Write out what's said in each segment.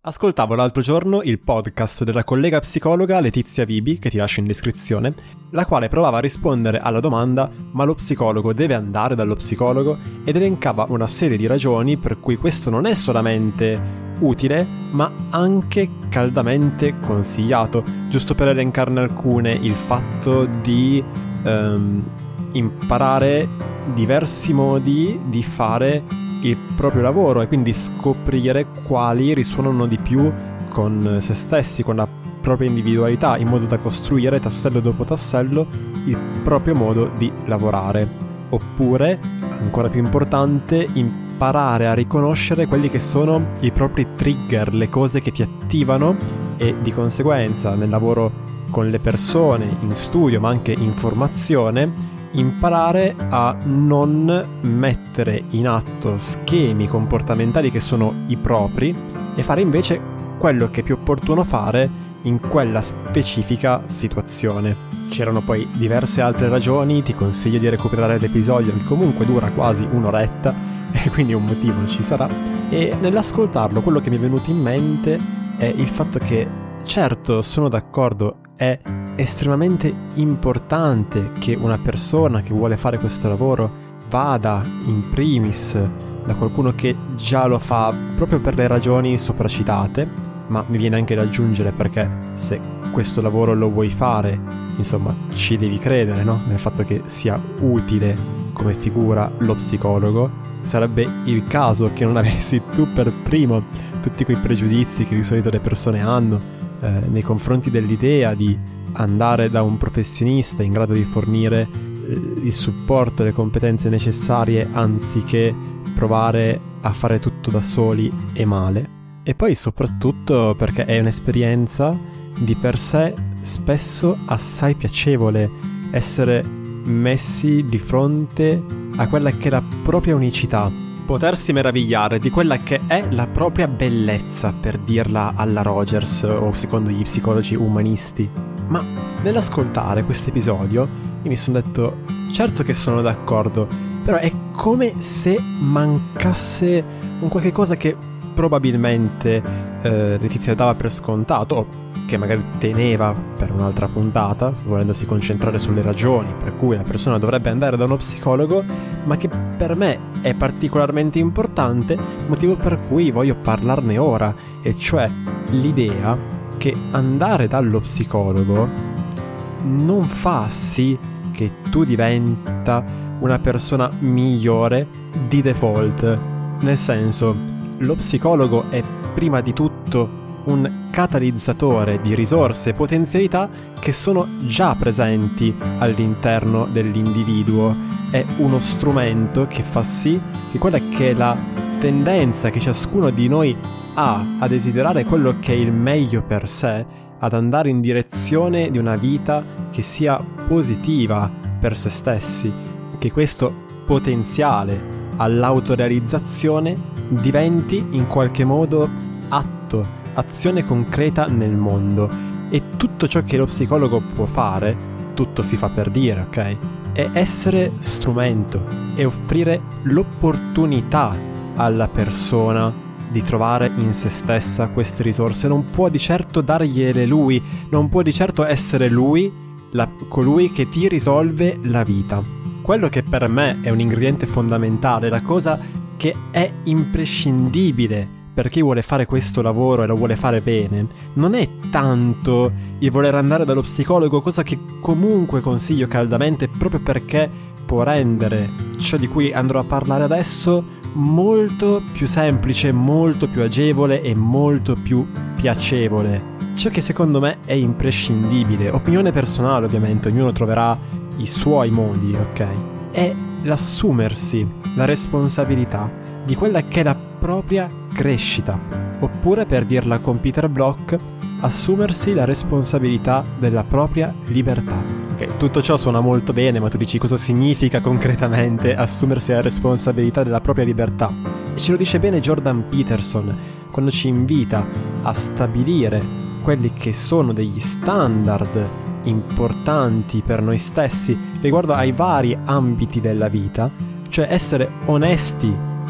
Ascoltavo l'altro giorno il podcast della collega psicologa Letizia Vibi, che ti lascio in descrizione, la quale provava a rispondere alla domanda «Ma lo psicologo deve andare dallo psicologo?» ed elencava una serie di ragioni per cui questo non è solamente utile, ma anche caldamente consigliato. Giusto per elencarne alcune, il fatto di imparare diversi modi di fare il proprio lavoro e quindi scoprire quali risuonano di più con se stessi, con la propria individualità, in modo da costruire tassello dopo tassello il proprio modo di lavorare. Oppure, ancora più importante, imparare a riconoscere quelli che sono i propri trigger, le cose che ti attivano, e di conseguenza nel lavoro con le persone, in studio ma anche in formazione, imparare a non mettere in atto schemi comportamentali che sono i propri e fare invece quello che è più opportuno fare in quella specifica situazione. C'erano poi diverse altre ragioni, ti consiglio di recuperare l'episodio che comunque dura quasi un'oretta e quindi un motivo ci sarà. E nell'ascoltarlo quello che mi è venuto in mente è il fatto che, certo, sono d'accordo, è estremamente importante che una persona che vuole fare questo lavoro vada in primis da qualcuno che già lo fa proprio per le ragioni sopracitate, ma mi viene anche da aggiungere, perché se questo lavoro lo vuoi fare, insomma, ci devi credere, no? Nel fatto che sia utile come figura lo psicologo. Sarebbe il caso che non avessi tu per primo tutti quei pregiudizi che di solito le persone hanno nei confronti dell'idea di andare da un professionista in grado di fornire il supporto e le competenze necessarie anziché provare a fare tutto da soli e male. E poi soprattutto perché è un'esperienza di per sé spesso assai piacevole essere messi di fronte a quella che è la propria unicità, potersi meravigliare di quella che è la propria bellezza, per dirla alla Rogers o secondo gli psicologi umanisti. Ma nell'ascoltare questo episodio io mi sono detto, certo che sono d'accordo, però è come se mancasse un qualche cosa che probabilmente Letizia dava per scontato, o che magari teneva per un'altra puntata, volendosi concentrare sulle ragioni per cui la persona dovrebbe andare da uno psicologo, ma che per me è particolarmente importante, motivo per cui voglio parlarne ora, e cioè l'idea che andare dallo psicologo non fa sì che tu diventa una persona migliore di default. Nel senso, lo psicologo è prima di tutto un catalizzatore di risorse e potenzialità che sono già presenti all'interno dell'individuo. È uno strumento che fa sì che quella che è la tendenza che ciascuno di noi ha a desiderare quello che è il meglio per sé, ad andare in direzione di una vita che sia positiva per se stessi, che questo potenziale all'autorealizzazione diventi in qualche modo atto, azione concreta nel mondo. E tutto ciò che lo psicologo può fare, tutto si fa per dire, ok? È essere strumento e offrire l'opportunità alla persona di trovare in se stessa queste risorse. Non può di certo dargliele lui, non può di certo essere lui colui che ti risolve la vita. Quello che per me è un ingrediente fondamentale, la cosa che è imprescindibile per chi vuole fare questo lavoro e lo vuole fare bene, non è tanto il voler andare dallo psicologo, cosa che comunque consiglio caldamente proprio perché può rendere ciò di cui andrò a parlare adesso molto più semplice, molto più agevole e molto più piacevole. Ciò che secondo me è imprescindibile, opinione personale ovviamente, ognuno troverà i suoi modi, ok? È l'assumersi la responsabilità di quella che è la propria crescita, oppure, per dirla con Peter Block, assumersi la responsabilità della propria libertà. Ok, tutto ciò suona molto bene, ma tu dici cosa significa concretamente assumersi la responsabilità della propria libertà? E ce lo dice bene Jordan Peterson quando ci invita a stabilire quelli che sono degli standard importanti per noi stessi riguardo ai vari ambiti della vita, cioè essere onesti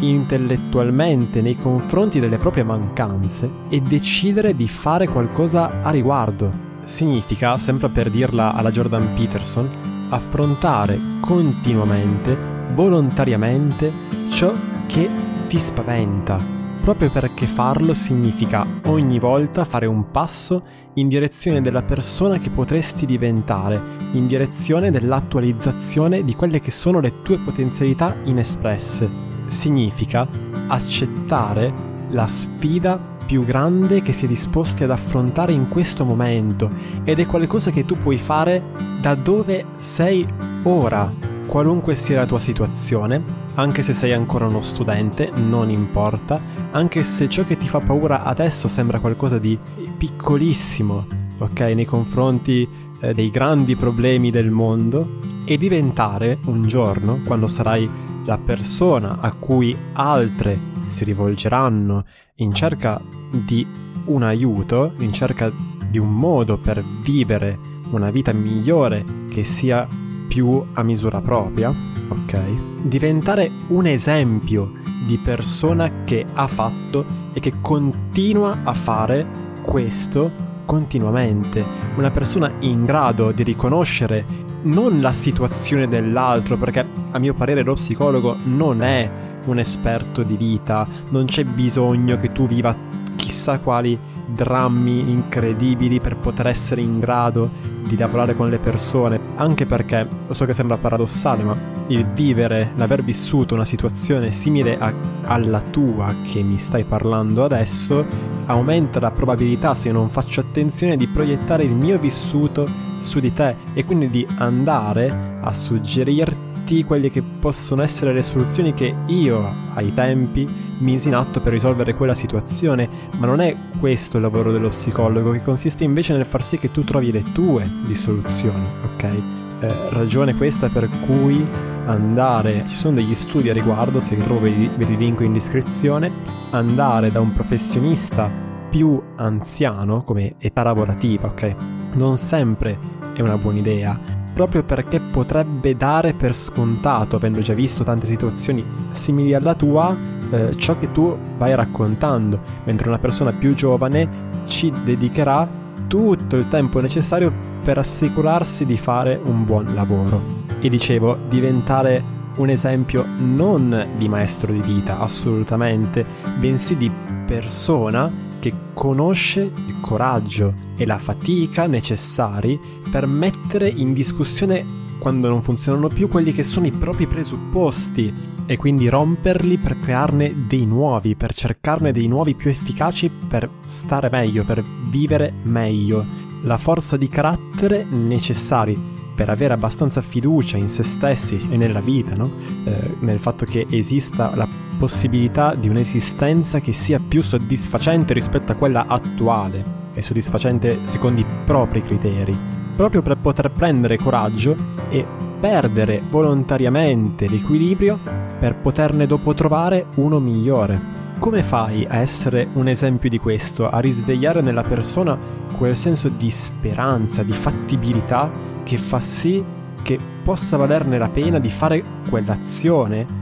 intellettualmente nei confronti delle proprie mancanze e decidere di fare qualcosa a riguardo. Significa, sempre per dirla alla Jordan Peterson, affrontare continuamente, volontariamente, ciò che ti spaventa, proprio perché farlo significa ogni volta fare un passo in direzione della persona che potresti diventare, in direzione dell'attualizzazione di quelle che sono le tue potenzialità inespresse. Significa accettare la sfida più grande che si è disposti ad affrontare in questo momento, ed è qualcosa che tu puoi fare da dove sei ora, qualunque sia la tua situazione, anche se sei ancora uno studente, non importa, anche se ciò che ti fa paura adesso sembra qualcosa di piccolissimo, ok, nei confronti dei grandi problemi del mondo, e diventare un giorno, quando sarai la persona a cui altre si rivolgeranno in cerca di un aiuto, in cerca di un modo per vivere una vita migliore che sia più a misura propria, ok? Diventare un esempio di persona che ha fatto e che continua a fare questo continuamente, una persona in grado di riconoscere non la situazione dell'altro, perché a mio parere lo psicologo non è un esperto di vita, non c'è bisogno che tu viva chissà quali drammi incredibili per poter essere in grado di lavorare con le persone, anche perché, lo so che sembra paradossale, ma il vivere, l'aver vissuto una situazione simile alla tua che mi stai parlando adesso, aumenta la probabilità, se io non faccio attenzione, di proiettare il mio vissuto su di te e quindi di andare a suggerirti quelle che possono essere le soluzioni che io ai tempi misi in atto per risolvere quella situazione. Ma non è questo il lavoro dello psicologo, che consiste invece nel far sì che tu trovi le tue di soluzioni, ok? Ragione questa per cui andare, ci sono degli studi a riguardo, se trovo ve li linko in descrizione, andare da un professionista più anziano come età lavorativa, ok? Non sempre è una buona idea, proprio perché potrebbe dare per scontato, avendo già visto tante situazioni simili alla tua, ciò che tu vai raccontando, mentre una persona più giovane ci dedicherà tutto il tempo necessario per assicurarsi di fare un buon lavoro. E dicevo, diventare un esempio non di maestro di vita, assolutamente, bensì di persona che conosce il coraggio e la fatica necessari per mettere in discussione, quando non funzionano più, quelli che sono i propri presupposti e quindi romperli per crearne dei nuovi, per cercarne dei nuovi più efficaci per stare meglio, per vivere meglio. La forza di carattere necessari per avere abbastanza fiducia in se stessi e nella vita, no? Nel fatto che esista la possibilità di un'esistenza che sia più soddisfacente rispetto a quella attuale e soddisfacente secondo i propri criteri, proprio per poter prendere coraggio e perdere volontariamente l'equilibrio per poterne dopo trovare uno migliore. Come fai a essere un esempio di questo, a risvegliare nella persona quel senso di speranza, di fattibilità che fa sì che possa valerne la pena di fare quell'azione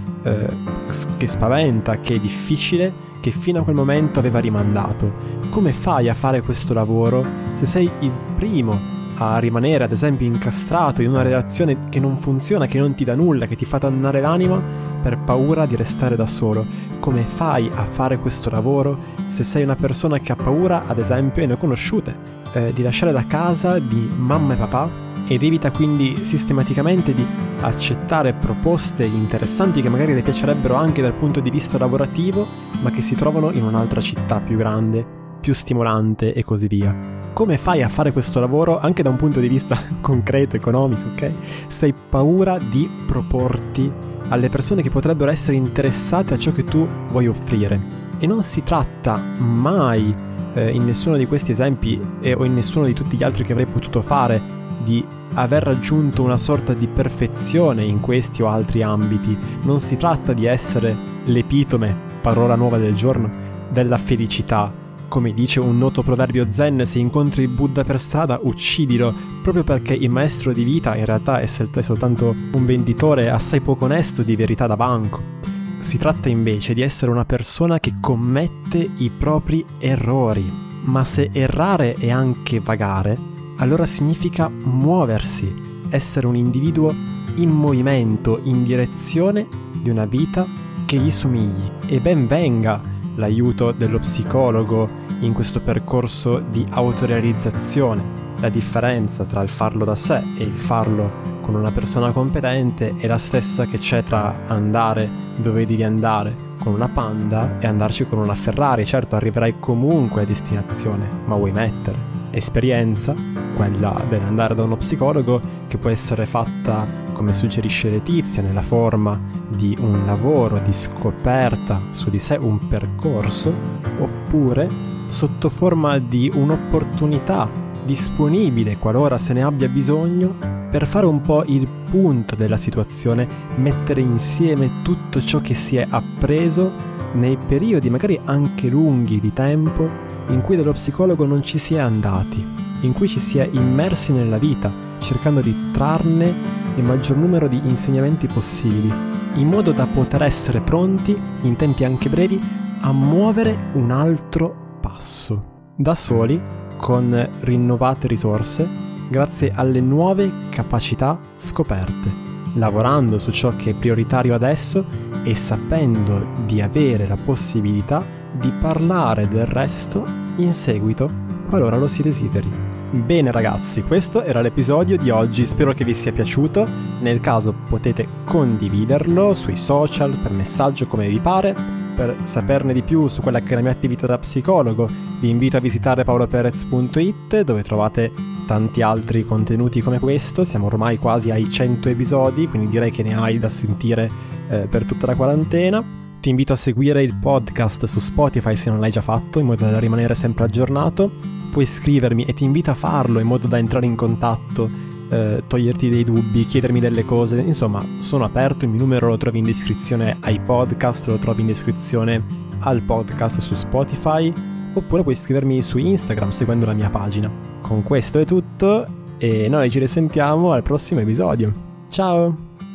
che spaventa, che è difficile, che fino a quel momento aveva rimandato? Come fai a fare questo lavoro se sei il primo a rimanere, ad esempio, incastrato in una relazione che non funziona, che non ti dà nulla, che ti fa dannare l'anima per paura di restare da solo? Come fai a fare questo lavoro se sei una persona che ha paura, ad esempio, e ne ho conosciute, di lasciare la casa di mamma e papà, ed evita quindi sistematicamente di accettare proposte interessanti che magari le piacerebbero anche dal punto di vista lavorativo, ma che si trovano in un'altra città più grande, più stimolante e così via? Come fai a fare questo lavoro anche da un punto di vista concreto, economico, ok? Se hai paura di proporti alle persone che potrebbero essere interessate a ciò che tu vuoi offrire. E non si tratta mai, in nessuno di questi esempi o in nessuno di tutti gli altri che avrei potuto fare, di aver raggiunto una sorta di perfezione in questi o altri ambiti. Non si tratta di essere l'epitome, parola nuova del giorno, della felicità. Come dice un noto proverbio zen, se incontri Buddha per strada uccidilo, proprio perché il maestro di vita in realtà è soltanto un venditore assai poco onesto di verità da banco. Si tratta invece di essere una persona che commette i propri errori. Ma se errare è anche vagare, allora significa muoversi, essere un individuo in movimento, in direzione di una vita che gli somigli. E ben venga l'aiuto dello psicologo in questo percorso di autorealizzazione. La differenza tra il farlo da sé e il farlo con una persona competente è la stessa che c'è tra andare dove devi andare con una Panda e andarci con una Ferrari. Certo, arriverai comunque a destinazione, ma vuoi mettere esperienza, quella dell'andare da uno psicologo, che può essere fatta, come suggerisce Letizia, nella forma di un lavoro di scoperta su di sé, un percorso, oppure sotto forma di un'opportunità disponibile qualora se ne abbia bisogno per fare un po' il punto della situazione, mettere insieme tutto ciò che si è appreso nei periodi magari anche lunghi di tempo in cui dallo psicologo non ci si è andati, in cui ci si è immersi nella vita, cercando di trarne il maggior numero di insegnamenti possibili, in modo da poter essere pronti, in tempi anche brevi, a muovere un altro passo, da soli, con rinnovate risorse, grazie alle nuove capacità scoperte, lavorando su ciò che è prioritario adesso e sapendo di avere la possibilità di parlare del resto in seguito, qualora lo si desideri. Bene ragazzi, questo era l'episodio di oggi, spero che vi sia piaciuto. Nel caso potete condividerlo sui social, per messaggio, come vi pare. Per saperne di più su quella che è la mia attività da psicologo, vi invito a visitare paoloperez.it, dove trovate tanti altri contenuti come questo. Siamo ormai quasi ai 100 episodi, quindi direi che ne hai da sentire per tutta la quarantena. Ti invito a seguire il podcast su Spotify se non l'hai già fatto, in modo da rimanere sempre aggiornato. Puoi scrivermi e ti invito a farlo in modo da entrare in contatto, toglierti dei dubbi, chiedermi delle cose. Insomma, sono aperto, il mio numero lo trovi in descrizione ai podcast, lo trovi in descrizione al podcast su Spotify, oppure puoi scrivermi su Instagram seguendo la mia pagina. Con questo è tutto e noi ci risentiamo al prossimo episodio. Ciao!